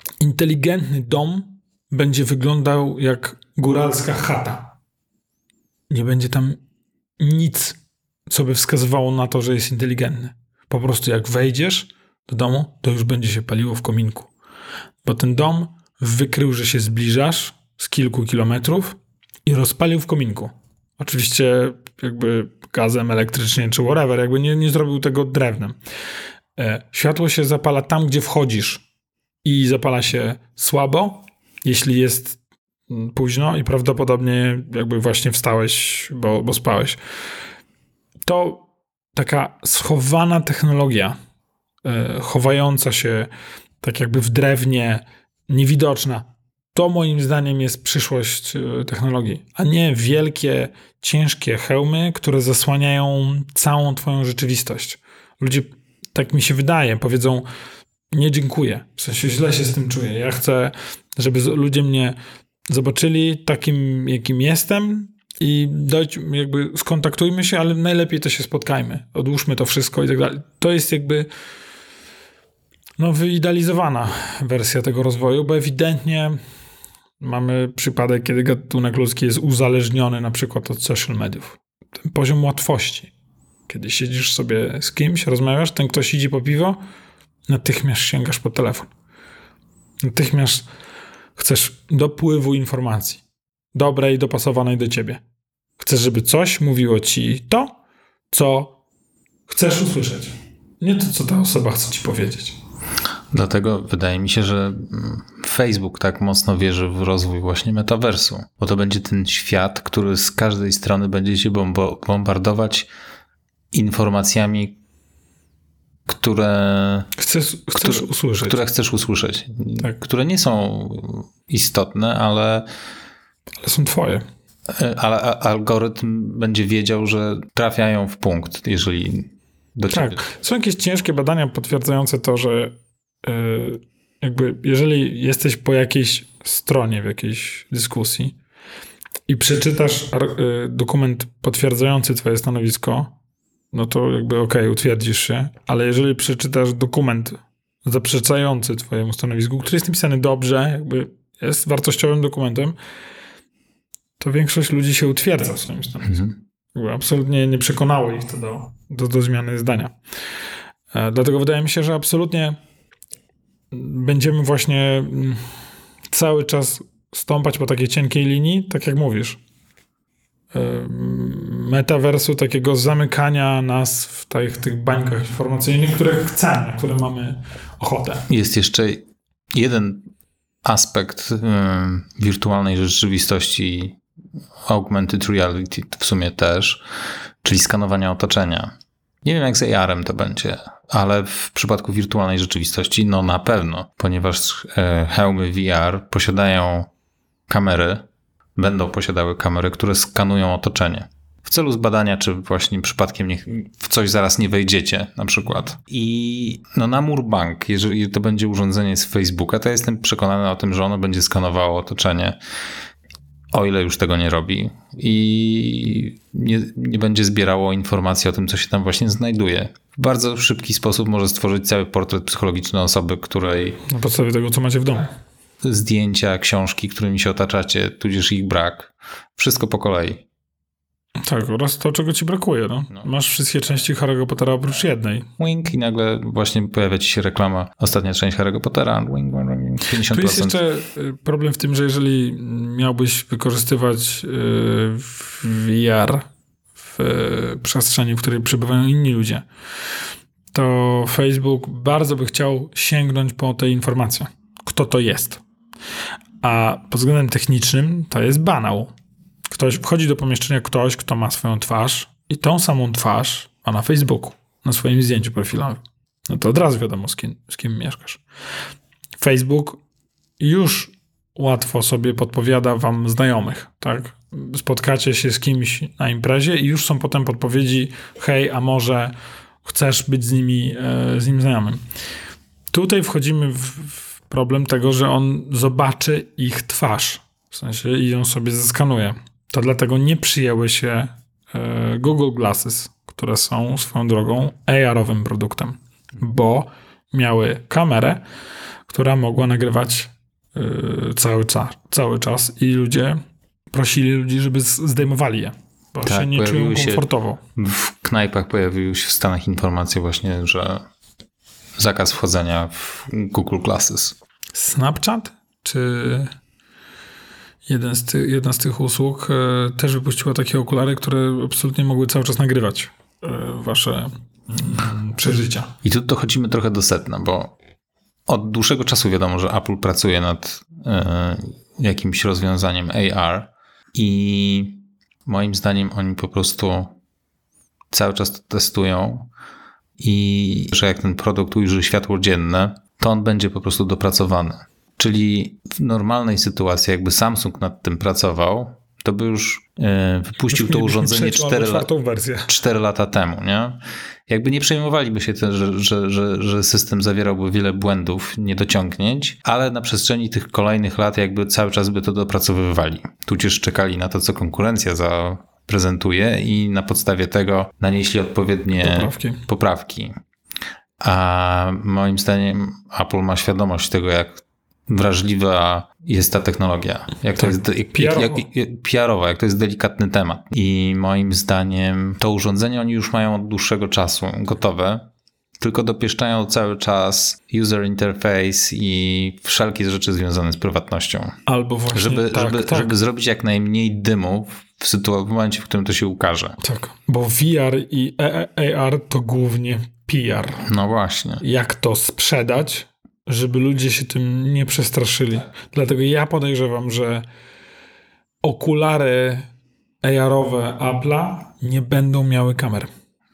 inteligentny dom będzie wyglądał jak góralska chata. Nie będzie tam nic, co by wskazywało na to, że jest inteligentny. Po prostu jak wejdziesz do domu, to już będzie się paliło w kominku. Bo ten dom wykrył, że się zbliżasz z kilku kilometrów i rozpalił w kominku. Oczywiście jakby gazem elektrycznie czy whatever, jakby nie zrobił tego drewnem. Światło się zapala tam, gdzie wchodzisz i zapala się słabo, jeśli jest późno i prawdopodobnie jakby właśnie wstałeś, bo spałeś. To taka schowana technologia, chowająca się tak jakby w drewnie, niewidoczna. To moim zdaniem jest przyszłość technologii, a nie wielkie, ciężkie hełmy, które zasłaniają całą twoją rzeczywistość. Ludzie, tak mi się wydaje, powiedzą: nie dziękuję, w sensie źle się z tym czuję. Ja chcę, żeby ludzie mnie zobaczyli takim, jakim jestem i jakby skontaktujmy się, ale najlepiej to się spotkajmy. Odłóżmy to wszystko i tak dalej. To jest jakby wyidealizowana wersja tego rozwoju, bo ewidentnie mamy przypadek, kiedy gatunek ludzki jest uzależniony na przykład od social mediów. Ten poziom łatwości. Kiedy siedzisz sobie z kimś, rozmawiasz, ten ktoś idzie po piwo, natychmiast sięgasz po telefon. Natychmiast chcesz dopływu informacji. Dobrej, dopasowanej do ciebie. Chcesz, żeby coś mówiło ci to, co chcesz usłyszeć. Nie to, co ta osoba chce ci powiedzieć. Dlatego wydaje mi się, że Facebook tak mocno wierzy w rozwój właśnie metaversu, bo to będzie ten świat, który z każdej strony będzie się bombardować informacjami, które chcesz usłyszeć. Tak. Które nie są istotne, ale są twoje. Ale algorytm będzie wiedział, że trafiają w punkt, jeżeli do ciebie. Tak. Są jakieś ciężkie badania potwierdzające to, że jakby jeżeli jesteś po jakiejś stronie w jakiejś dyskusji i przeczytasz dokument potwierdzający twoje stanowisko, no to jakby utwierdzisz się, ale jeżeli przeczytasz dokument zaprzeczający twojemu stanowisku, który jest napisany dobrze, jakby jest wartościowym dokumentem, to większość ludzi się utwierdza w swoim stanowisku. Absolutnie nie przekonało ich to do zmiany zdania. Dlatego wydaje mi się, że absolutnie będziemy właśnie cały czas stąpać po takiej cienkiej linii, tak jak mówisz. Metaversu, takiego zamykania nas w tych bańkach informacyjnych, które chcemy, na które mamy ochotę. Jest jeszcze jeden aspekt wirtualnej rzeczywistości, augmented reality w sumie też, czyli skanowania otoczenia. Nie wiem, jak z AR-em to będzie, ale w przypadku wirtualnej rzeczywistości na pewno, ponieważ hełmy VR będą posiadały kamery, które skanują otoczenie w celu zbadania, czy właśnie przypadkiem w coś zaraz nie wejdziecie na przykład. I na mur bank, jeżeli to będzie urządzenie z Facebooka, to jestem przekonany o tym, że ono będzie skanowało otoczenie, o ile już tego nie robi i nie będzie zbierało informacji o tym, co się tam właśnie znajduje. W bardzo szybki sposób może stworzyć cały portret psychologiczny osoby, której... Na podstawie tego, co macie w domu. Zdjęcia, książki, którymi się otaczacie, tudzież ich brak. Wszystko po kolei. Tak, oraz to, czego ci brakuje. No. Masz wszystkie części Harry'ego Pottera oprócz jednej. Wink i nagle właśnie pojawia ci się reklama. Ostatnia część Harry'ego Pottera. Wink, 50%. Tu jest jeszcze problem w tym, że jeżeli miałbyś wykorzystywać VR w przestrzeni, w której przebywają inni ludzie, to Facebook bardzo by chciał sięgnąć po te informacje. Kto to jest? A pod względem technicznym to jest banał. Wchodzi do pomieszczenia ktoś, kto ma swoją twarz i tą samą twarz ma na Facebooku, na swoim zdjęciu profilowym. No to od razu wiadomo, z kim mieszkasz. Facebook już łatwo sobie podpowiada wam znajomych, tak? Spotkacie się z kimś na imprezie i już są potem podpowiedzi: hej, a może chcesz być z nim znajomym. Tutaj wchodzimy w problem tego, że on zobaczy ich twarz, w sensie i ją sobie zeskanuje. To dlatego nie przyjęły się Google Glasses, które są swoją drogą AR-owym produktem, bo miały kamerę, która mogła nagrywać cały czas i ludzie prosili ludzi, żeby zdejmowali je, bo się nie czują komfortowo. W knajpach pojawiły się w Stanach informacje właśnie, że zakaz wchodzenia w Google Glasses. Snapchat czy jedna z tych usług też wypuściła takie okulary, które absolutnie mogły cały czas nagrywać wasze przeżycia. I tu dochodzimy trochę do sedna, bo od dłuższego czasu wiadomo, że Apple pracuje nad jakimś rozwiązaniem AR i moim zdaniem oni po prostu cały czas to testują i że jak ten produkt ujrzy światło dzienne, to on będzie po prostu dopracowany. Czyli w normalnej sytuacji, jakby Samsung nad tym pracował, to by już wypuścił to urządzenie 4 lata temu, nie? Jakby nie przejmowaliby się tym, że system zawierałby wiele błędów, niedociągnięć, ale na przestrzeni tych kolejnych lat jakby cały czas by to dopracowywali. Tudzież czekali na to, co konkurencja zaprezentuje i na podstawie tego nanieśli odpowiednie poprawki. A moim zdaniem Apple ma świadomość tego, jak wrażliwa jest ta technologia. Jak to jest PR-owa, jak to jest delikatny temat. I moim zdaniem to urządzenie oni już mają od dłuższego czasu gotowe, tylko dopieszczają cały czas user interface i wszelkie rzeczy związane z prywatnością. Albo właśnie żeby zrobić jak najmniej dymu w momencie, w którym to się ukaże. Tak, bo VR i AR to głównie PR. No właśnie. Jak to sprzedać, żeby ludzie się tym nie przestraszyli. Dlatego ja podejrzewam, że okulary AR-owe Apple'a nie będą miały kamer.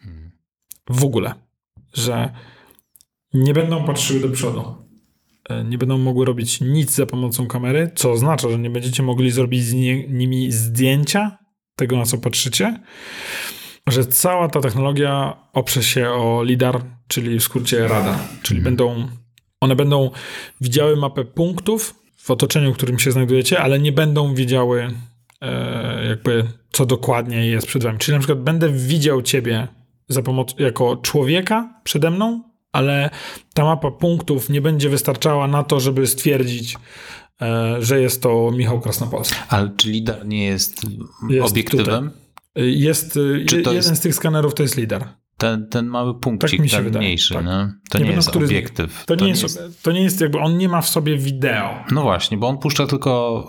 W ogóle. Że nie będą patrzyły do przodu. Nie będą mogły robić nic za pomocą kamery, co oznacza, że nie będziecie mogli zrobić z nimi zdjęcia tego, na co patrzycie. Że cała ta technologia oprze się o LiDAR, czyli w skrócie radar. Czyli one będą widziały mapę punktów w otoczeniu, w którym się znajdujecie, ale nie będą wiedziały jakby co dokładnie jest przed wami. Czyli na przykład będę widział ciebie jako człowieka przede mną, ale ta mapa punktów nie będzie wystarczała na to, żeby stwierdzić, że jest to Michał Krasnopolski. Ale czy LiDAR nie jest obiektywem? Jeden z tych skanerów to jest LiDAR. Ten mały punkcik, tak ten mniejszy, tak. Nie? To nie jest obiektyw. To nie jest jakby, on nie ma w sobie wideo. No właśnie, bo on puszcza tylko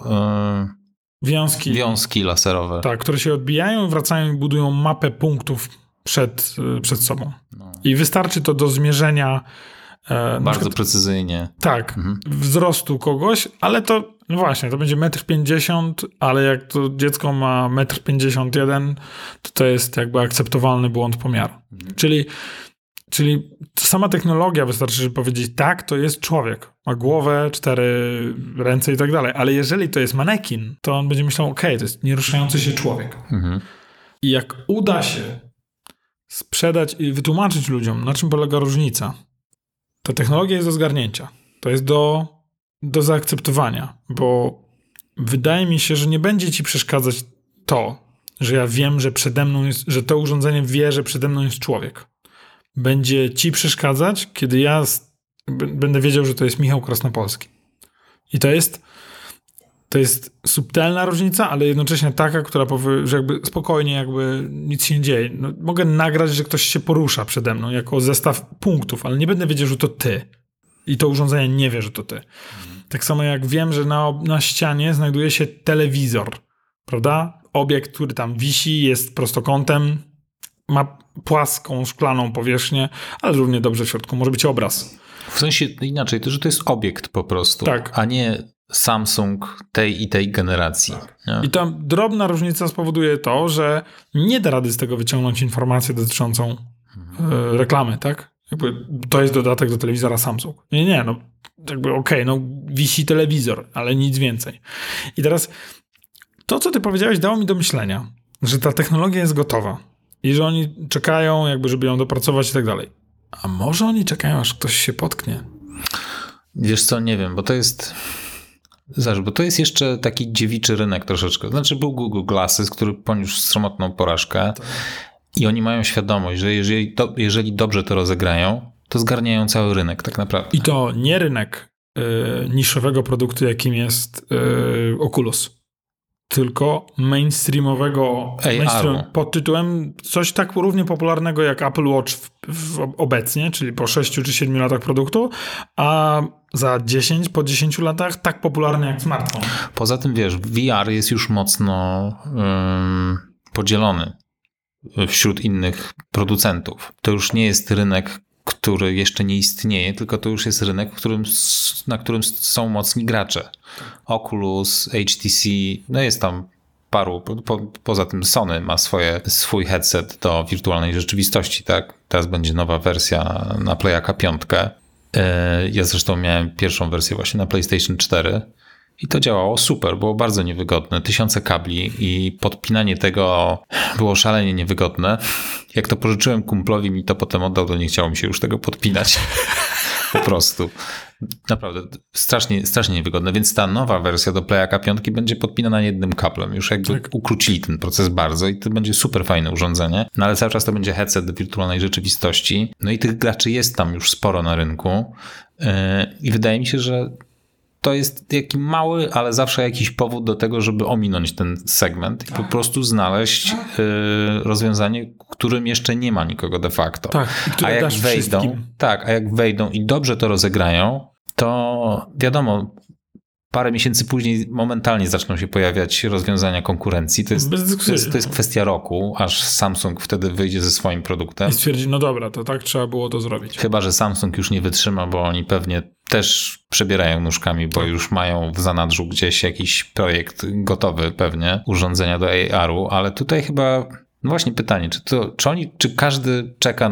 wiązki laserowe. Tak, które się odbijają i wracają i budują mapę punktów przed sobą. No. I wystarczy to do zmierzenia bardzo precyzyjnie. Tak, wzrostu kogoś, ale to, no właśnie, to będzie 1,50 m, ale jak to dziecko ma 1,51 m, to jest jakby akceptowalny błąd pomiaru. Czyli sama technologia wystarczy, żeby powiedzieć, tak, to jest człowiek. Ma głowę, 4 ręce i tak dalej. Ale jeżeli to jest manekin, to on będzie myślał, okej, to jest nieruszający się człowiek. I jak uda się sprzedać i wytłumaczyć ludziom, na czym polega różnica, ta technologia jest do zgarnięcia. To jest do zaakceptowania, bo wydaje mi się, że nie będzie ci przeszkadzać to, że ja wiem, że przede mną jest, że to urządzenie wie, że przede mną jest człowiek. Będzie ci przeszkadzać, kiedy ja będę wiedział, że to jest Michał Krasnopolski. I to jest subtelna różnica, ale jednocześnie taka, która powie, że jakby spokojnie, jakby nic się nie dzieje. No, mogę nagrać, że ktoś się porusza przede mną jako zestaw punktów, ale nie będę wiedział, że to ty. I to urządzenie nie wie, że to ty. Tak samo jak wiem, że na ścianie znajduje się telewizor, prawda? Obiekt, który tam wisi, jest prostokątem, ma płaską, szklaną powierzchnię, ale równie dobrze w środku może być obraz. W sensie inaczej, że to jest obiekt po prostu, tak. A nie Samsung tej i tej generacji. Tak. I ta drobna różnica spowoduje to, że nie da rady z tego wyciągnąć informację dotyczącą reklamy, tak? Jakby to jest dodatek do telewizora Samsung. Nie, no jakby okej, no wisi telewizor, ale nic więcej. I teraz to, co ty powiedziałeś, dało mi do myślenia, że ta technologia jest gotowa i że oni czekają, jakby żeby ją dopracować i tak dalej. A może oni czekają, aż ktoś się potknie? Wiesz co, nie wiem, bo to jest... Zobacz, bo to jest jeszcze taki dziewiczy rynek troszeczkę. Znaczy był Google Glasses, który poniósł sromotną porażkę i oni mają świadomość, że jeżeli dobrze to rozegrają, to zgarniają cały rynek tak naprawdę. I to nie rynek niszowego produktu, jakim jest Oculus. Tylko mainstreamowego pod tytułem coś tak równie popularnego jak Apple Watch obecnie, czyli po 6 czy 7 latach produktu, a po 10 latach tak popularny jak smartfon. Poza tym wiesz, VR jest już mocno podzielony wśród innych producentów. To już nie jest rynek, który jeszcze nie istnieje, tylko to już jest rynek, na którym są mocni gracze. Oculus, HTC, no jest tam paru, poza tym Sony ma swój headset do wirtualnej rzeczywistości, tak? Teraz będzie nowa wersja na Playaka 5. Ja zresztą miałem pierwszą wersję właśnie na PlayStation 4 i to działało super, było bardzo niewygodne, 1000 kabli i podpinanie tego było szalenie niewygodne. Jak to pożyczyłem kumplowi, mi to potem oddał, to nie chciało mi się już tego podpinać. Po prostu. Naprawdę strasznie niewygodne, więc ta nowa wersja do Playaka 5 będzie podpinana jednym kablem. Już jakby ukrócili ten proces bardzo i to będzie super fajne urządzenie, no ale cały czas to będzie headset do wirtualnej rzeczywistości. No i tych graczy jest tam już sporo na rynku i wydaje mi się, że to jest taki mały, ale zawsze jakiś powód do tego, żeby ominąć ten segment i po prostu znaleźć rozwiązanie, którym jeszcze nie ma nikogo de facto. Tak, a jak wejdą i dobrze to rozegrają, to wiadomo, parę miesięcy później momentalnie zaczną się pojawiać rozwiązania konkurencji. To jest kwestia roku, aż Samsung wtedy wyjdzie ze swoim produktem. I stwierdzi, no dobra, to tak trzeba było to zrobić. Chyba że Samsung już nie wytrzyma, bo oni pewnie też przebierają nóżkami, bo już mają w zanadrzu gdzieś jakiś projekt gotowy pewnie, urządzenia do AR-u, ale tutaj chyba... No właśnie pytanie, czy każdy czeka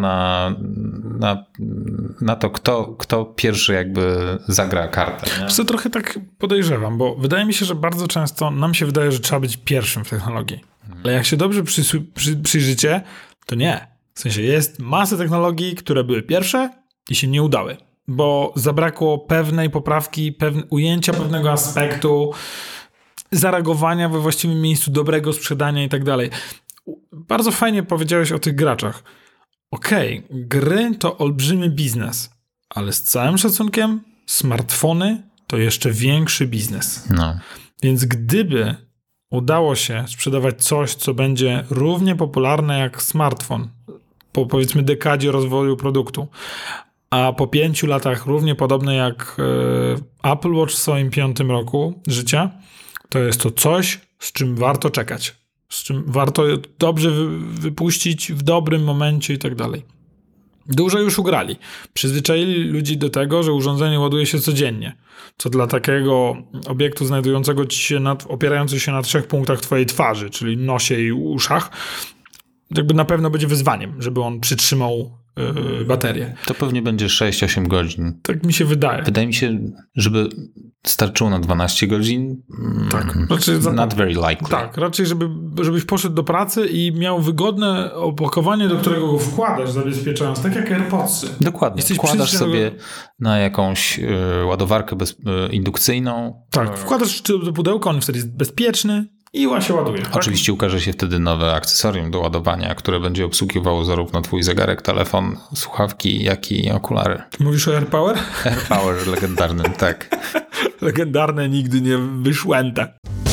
na to, kto pierwszy jakby zagra kartę? To trochę tak podejrzewam, bo wydaje mi się, że bardzo często nam się wydaje, że trzeba być pierwszym w technologii. Ale jak się dobrze przyjrzycie, to nie. W sensie jest masę technologii, które były pierwsze i się nie udały, bo zabrakło pewnej poprawki, ujęcia pewnego aspektu, zareagowania we właściwym miejscu, dobrego sprzedania i tak dalej. Bardzo fajnie powiedziałeś o tych graczach. Okej, gry to olbrzymi biznes, ale z całym szacunkiem smartfony to jeszcze większy biznes. No. Więc gdyby udało się sprzedawać coś, co będzie równie popularne jak smartfon, po powiedzmy dekadzie rozwoju produktu, a po 5 latach równie podobne jak Apple Watch w swoim 5 roku życia, to jest to coś, z czym warto czekać. Z czym warto dobrze wypuścić w dobrym momencie i tak dalej. Dużo już ugrali. Przyzwyczaili ludzi do tego, że urządzenie ładuje się codziennie. Co dla takiego obiektu znajdującego ci się opierający się na 3 punktach twojej twarzy, czyli nosie i uszach, jakby na pewno będzie wyzwaniem, żeby on przytrzymał baterię. To pewnie będzie 6-8 godzin. Tak mi się wydaje. Wydaje mi się, żeby starczyło na 12 godzin. Tak. Not very likely. Tak, raczej żebyś poszedł do pracy i miał wygodne opakowanie, do którego go wkładasz, zabezpieczając, tak jak AirPodsy. Dokładnie. Wkładasz sobie na jakąś ładowarkę indukcyjną. Tak, wkładasz do pudełka, on wtedy jest bezpieczny i się ładuje. Oczywiście ukaże się wtedy nowe akcesorium do ładowania, które będzie obsługiwało zarówno twój zegarek, telefon, słuchawki, jak i okulary. Mówisz o AirPower? AirPower legendarnym, tak. Legendarne, nigdy nie wyszłęte.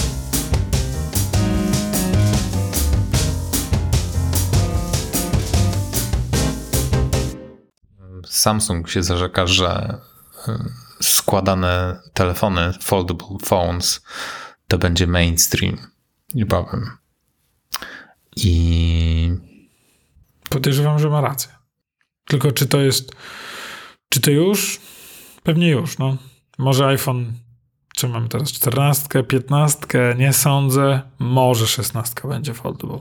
Samsung się zarzeka, że składane telefony, foldable phones, to będzie mainstream, niebawem. I podejrzewam, że ma rację. Tylko czy to już? Pewnie już, no. Może iPhone, czy mamy teraz 14, 15, nie sądzę. Może 16 będzie foldable.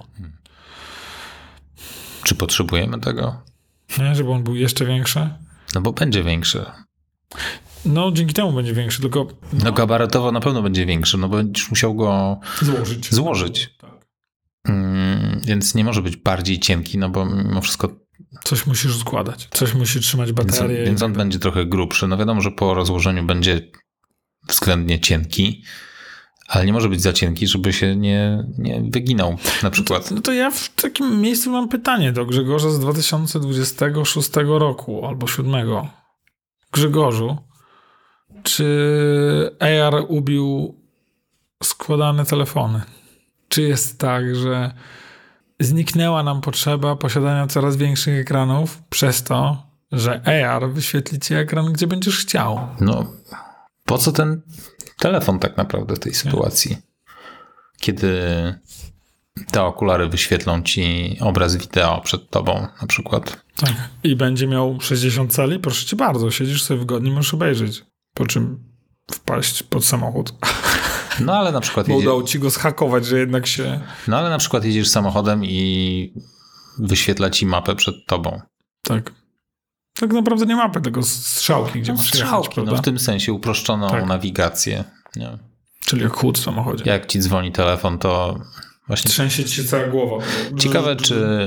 Czy potrzebujemy tego? Nie, żeby on był jeszcze większy? No bo będzie większy. No, dzięki temu będzie większy, tylko... No gabarytowo na pewno będzie większy, no bo będziesz musiał go złożyć. Tak. Więc nie może być bardziej cienki, no bo mimo wszystko... Coś musisz składać, coś musi trzymać baterię. Więc on będzie trochę grubszy. No wiadomo, że po rozłożeniu będzie względnie cienki, ale nie może być za cienki, żeby się nie wyginął na przykład. No to ja w takim miejscu mam pytanie do Grzegorza z 2026 roku albo 2007. Grzegorzu, czy AR ubił składane telefony? Czy jest tak, że zniknęła nam potrzeba posiadania coraz większych ekranów przez to, że AR wyświetli ci ekran, gdzie będziesz chciał? No, po co ten telefon tak naprawdę w tej sytuacji? Kiedy te okulary wyświetlą ci obraz wideo przed tobą na przykład. Tak. I będzie miał 60 cali? Proszę cię bardzo, siedzisz sobie wygodnie, możesz obejrzeć. Po czym wpaść pod samochód. No ale na przykład bo udało ci go zhakować, że jednak się... No ale na przykład jedziesz samochodem i wyświetla ci mapę przed tobą. Tak. Tak naprawdę nie mapy, tylko strzałki, gdzie masz jechać, prawda? No w tym sensie uproszczoną nawigację. Nie? Czyli jak chód w samochodzie. Jak ci dzwoni telefon, to właśnie... Trzęsie ci się cała głowa. Ciekawe,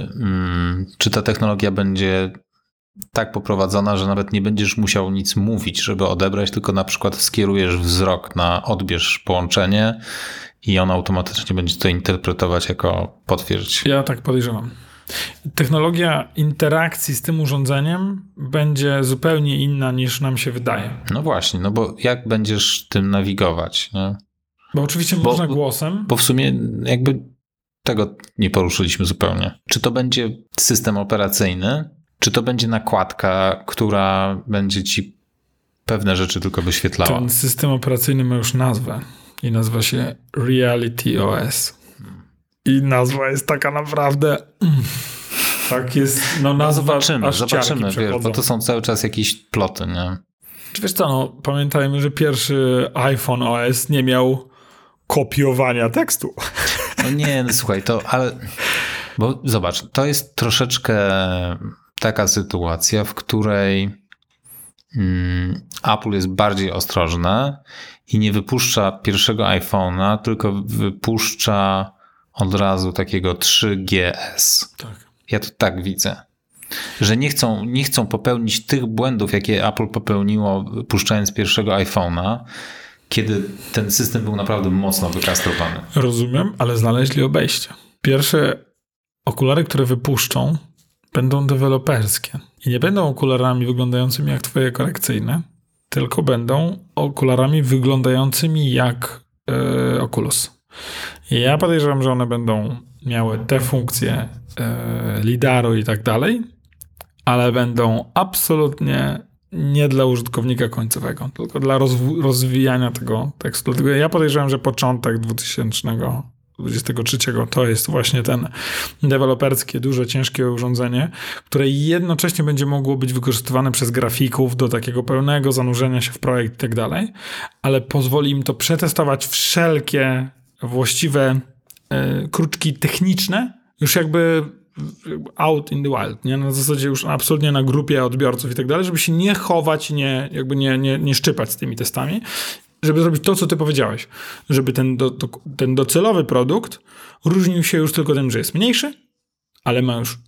czy ta technologia będzie tak poprowadzona, że nawet nie będziesz musiał nic mówić, żeby odebrać, tylko na przykład skierujesz wzrok na odbierz połączenie i on automatycznie będzie to interpretować jako potwierdź. Ja tak podejrzewam. Technologia interakcji z tym urządzeniem będzie zupełnie inna niż nam się wydaje. No właśnie, no bo jak będziesz tym nawigować? Nie? Bo oczywiście można głosem. Bo w sumie jakby tego nie poruszyliśmy zupełnie. Czy to będzie system operacyjny, czy to będzie nakładka, która będzie ci pewne rzeczy tylko wyświetlała? Ten system operacyjny ma już nazwę i nazywa się Reality OS. I nazwa jest taka naprawdę... Tak jest, no nazwa... Zobaczymy, wiesz, bo to są cały czas jakieś ploty, nie? Czy wiesz co, no pamiętajmy, że pierwszy iPhone OS nie miał kopiowania tekstu. No nie, no słuchaj, ale... Bo zobacz, to jest troszeczkę taka sytuacja, w której Apple jest bardziej ostrożne i nie wypuszcza pierwszego iPhone'a, tylko wypuszcza od razu takiego 3GS. Tak. Ja to tak widzę. Że nie chcą popełnić tych błędów, jakie Apple popełniło puszczając pierwszego iPhone'a, kiedy ten system był naprawdę mocno wykastrowany. Rozumiem, ale znaleźli obejście. Pierwsze okulary, które wypuszczą, będą deweloperskie. I nie będą okularami wyglądającymi jak twoje korekcyjne, tylko będą okularami wyglądającymi jak Oculus. I ja podejrzewam, że one będą miały te funkcje lidaru i tak dalej, ale będą absolutnie nie dla użytkownika końcowego, tylko dla rozwijania tego tekstu. Dlatego ja podejrzewam, że początek 2023 to jest właśnie ten deweloperskie, duże, ciężkie urządzenie, które jednocześnie będzie mogło być wykorzystywane przez grafików do takiego pełnego zanurzenia się w projekt i tak dalej, ale pozwoli im to przetestować wszelkie właściwe kruczki techniczne, już jakby out in the wild, nie? Na zasadzie już absolutnie na grupie odbiorców i tak dalej, żeby się nie chować, nie szczypać z tymi testami, żeby zrobić to, co ty powiedziałeś, żeby ten docelowy produkt różnił się już tylko tym, że jest mniejszy, ale ma już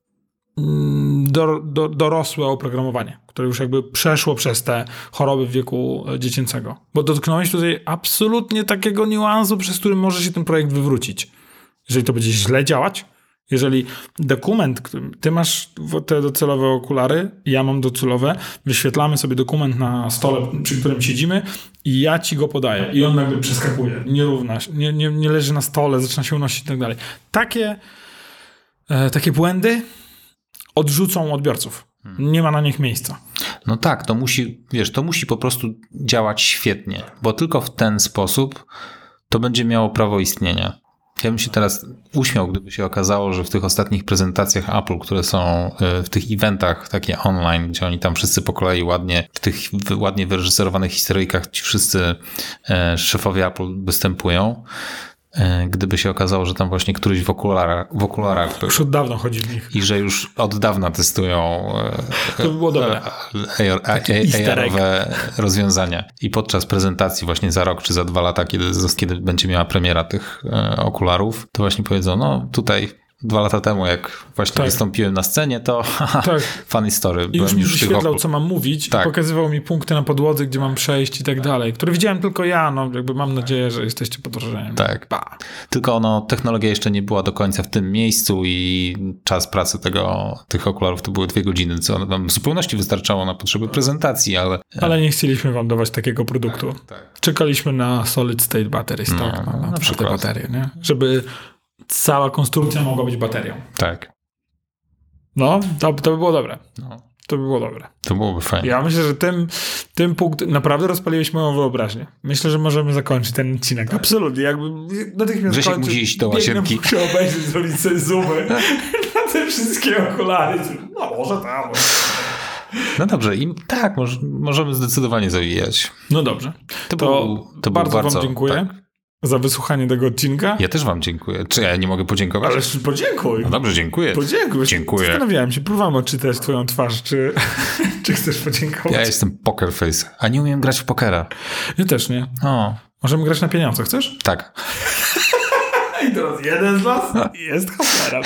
dorosłe oprogramowanie, które już jakby przeszło przez te choroby w wieku dziecięcego. Bo dotknąłeś tutaj absolutnie takiego niuansu, przez który może się ten projekt wywrócić. Jeżeli to będzie źle działać, jeżeli dokument, ty masz te docelowe okulary, ja mam docelowe, wyświetlamy sobie dokument na stole, przy którym siedzimy i ja ci go podaję i on nagle przeskakuje, nie równa się, nie leży na stole, zaczyna się unosić i tak dalej. Takie błędy odrzucą odbiorców. Nie ma na nich miejsca. No tak, to musi po prostu działać świetnie, bo tylko w ten sposób to będzie miało prawo istnienia. Ja bym się teraz uśmiał, gdyby się okazało, że w tych ostatnich prezentacjach Apple, które są w tych eventach takie online, gdzie oni tam wszyscy po kolei w tych ładnie wyreżyserowanych historyjkach ci wszyscy szefowie Apple występują, gdyby się okazało, że tam właśnie któryś w okularach już od dawna chodzi w nich. I że już od dawna testują to by było dobre. AR-owe rozwiązania. I podczas prezentacji właśnie za rok czy za 2 lata, kiedy będzie miała premiera tych okularów, to właśnie powiedzą, no tutaj 2 lata temu, jak właśnie wystąpiłem na scenie, to funny story. I już mi wyświetlał, co mam mówić i pokazywał mi punkty na podłodze, gdzie mam przejść i tak dalej, które widziałem tylko ja, no jakby mam nadzieję, że jesteście pod wrażeniem. Tak. Tylko technologia jeszcze nie była do końca w tym miejscu i czas pracy tych okularów to były 2 godziny, co nam w zupełności wystarczało na potrzeby prezentacji, ale... Ale nie chcieliśmy wam dawać takiego produktu. Tak. Czekaliśmy na solid state batteries, na przykład baterie, nie? Żeby cała konstrukcja mogła być baterią. Tak. No, to by było dobre. To by było dobre. To byłoby fajnie. Ja myślę, że tym punkt naprawdę rozpaliłeś moją wyobraźnię. Myślę, że możemy zakończyć ten odcinek. Absolutnie. Jakby natychmiast Grzesiek musi iść do łazienki. Muszę obejrzeć, zrobić sobie zoomy na te wszystkie okulary. No może tam. No dobrze, możemy zdecydowanie zawijać. No dobrze. To bardzo wam dziękuję. Tak? Za wysłuchanie tego odcinka. Ja też wam dziękuję. Czy ja nie mogę podziękować? Ale podziękuj. No dobrze, dziękuję. Podziękuj. Dziękuję. Zastanawiałem się, próbowałem odczytać twoją twarz, czy chcesz podziękować. Ja jestem poker face, a nie umiem grać w pokera. Ja też nie. Możemy grać na pieniądze, chcesz? Tak. I teraz jeden z nas jest hustlerem.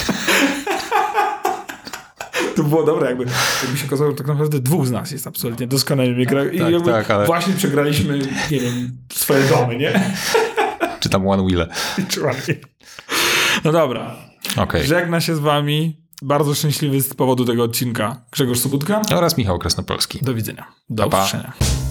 To było dobre, jakby się okazało, że tak naprawdę 2 z nas jest absolutnie doskonałymi grami. I ale... właśnie przegraliśmy, nie wiem, swoje domy, nie? Czy tam One Wheel. No dobra. Okay. Żegna się z wami. Bardzo szczęśliwy z powodu tego odcinka Grzegorz Sobutka oraz Michał Krasnopolski. Do widzenia. Do usłyszenia.